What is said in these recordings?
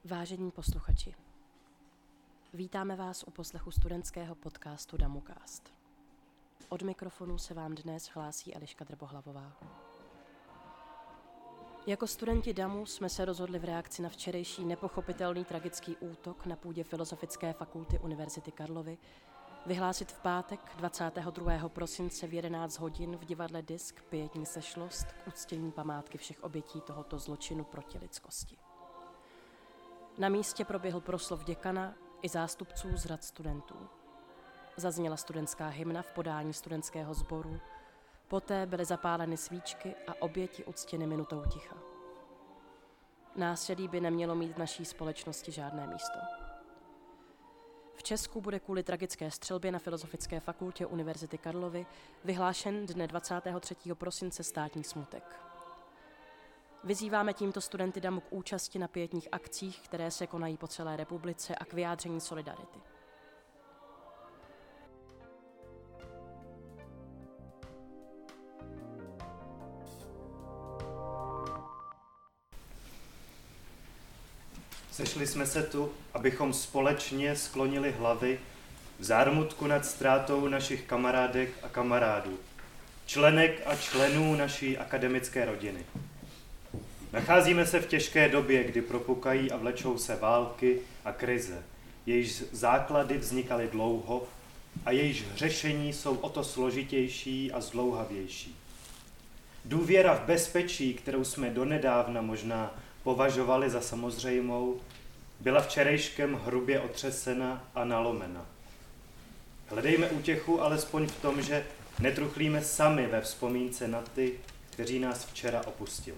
Vážení posluchači, vítáme vás u poslechu studentského podcastu Damocast. Od mikrofonu se vám dnes hlásí Eliška Drbohlavová. Jako studenti DAMu jsme se rozhodli v reakci na včerejší nepochopitelný tragický útok na půdě Filozofické fakulty Univerzity Karlovy vyhlásit v pátek 22. prosince v 11 hodin v divadle Disk pietní sešlost k uctění památky všech obětí tohoto zločinu proti lidskosti. Na místě proběhl proslov děkana i zástupců z řad studentů. Zazněla studentská hymna v podání studentského sboru, poté byly zapáleny svíčky a oběti uctěny minutou ticha. Násilí by nemělo mít v naší společnosti žádné místo. V Česku bude kvůli tragické střelbě na Filozofické fakultě Univerzity Karlovy vyhlášen dne 23. prosince státní smutek. Vyzýváme tímto studenty DAMu k účasti na pietních akcích, které se konají po celé republice a k vyjádření solidarity. Sešli jsme se tu, abychom společně sklonili hlavy v zármutku nad ztrátou našich kamarádek a kamarádů, členek a členů naší akademické rodiny. Nacházíme se v těžké době, kdy propukají a vlečou se války a krize, jejichž základy vznikaly dlouho a jejichž řešení jsou o to složitější a zdlouhavější. Důvěra v bezpečí, kterou jsme donedávna možná považovali za samozřejmou, byla včerejškem hrubě otřesena a nalomena. Hledejme útěchu alespoň v tom, že netruchlíme sami ve vzpomínce na ty, kteří nás včera opustili.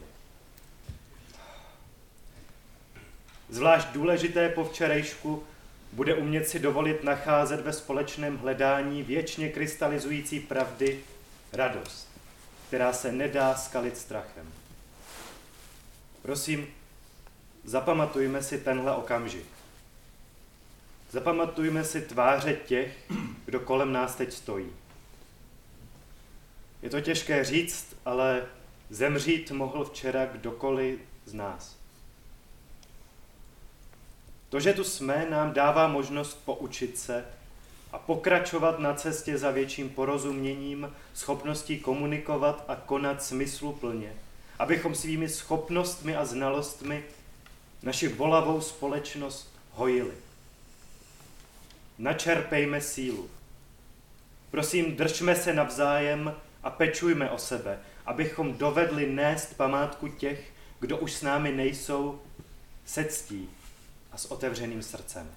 Zvlášť důležité po včerejšku bude umět si dovolit nacházet ve společném hledání věčně krystalizující pravdy radost, která se nedá skalit strachem. Prosím, zapamatujme si tenhle okamžik. Zapamatujme si tváře těch, kdo kolem nás teď stojí. Je to těžké říct, ale zemřít mohl včera kdokoliv z nás. To, že tu jsme, nám dává možnost poučit se a pokračovat na cestě za větším porozuměním, schopností komunikovat a konat smysluplně, abychom svými schopnostmi a znalostmi naši volavou společnost hojili. Načerpejme sílu. Prosím, držme se navzájem a pečujme o sebe, abychom dovedli nést památku těch, kdo už s námi nejsou, se ctí a s otevřeným srdcem.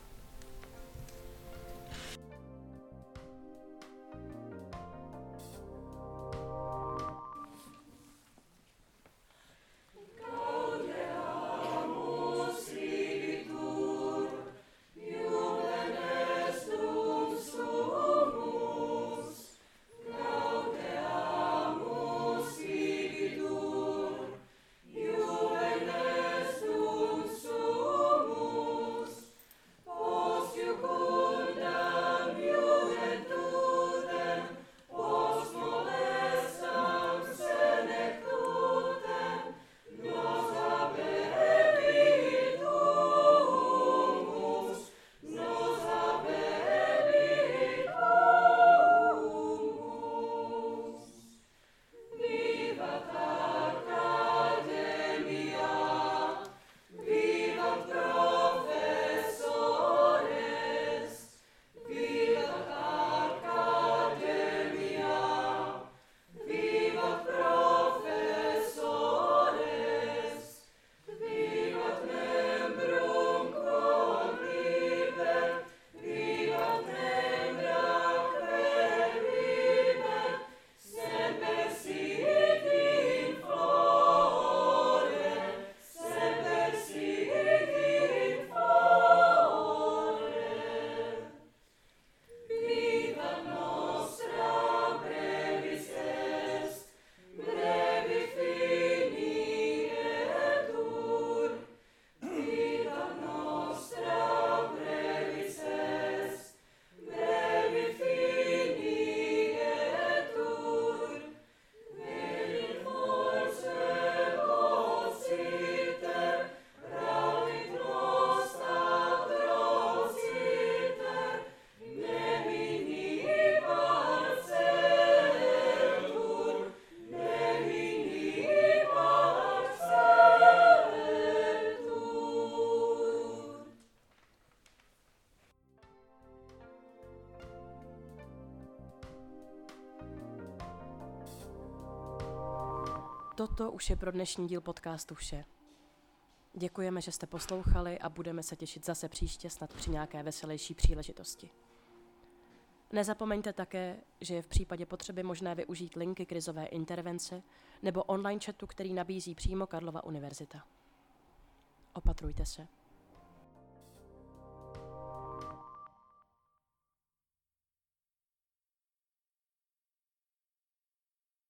toto už je pro dnešní díl podcastu vše. Děkujeme, že jste poslouchali a budeme se těšit zase příště, snad při nějaké veselější příležitosti. Nezapomeňte také, že je v případě potřeby možné využít linky krizové intervence nebo online chatu, který nabízí přímo Karlova univerzita. Opatrujte se.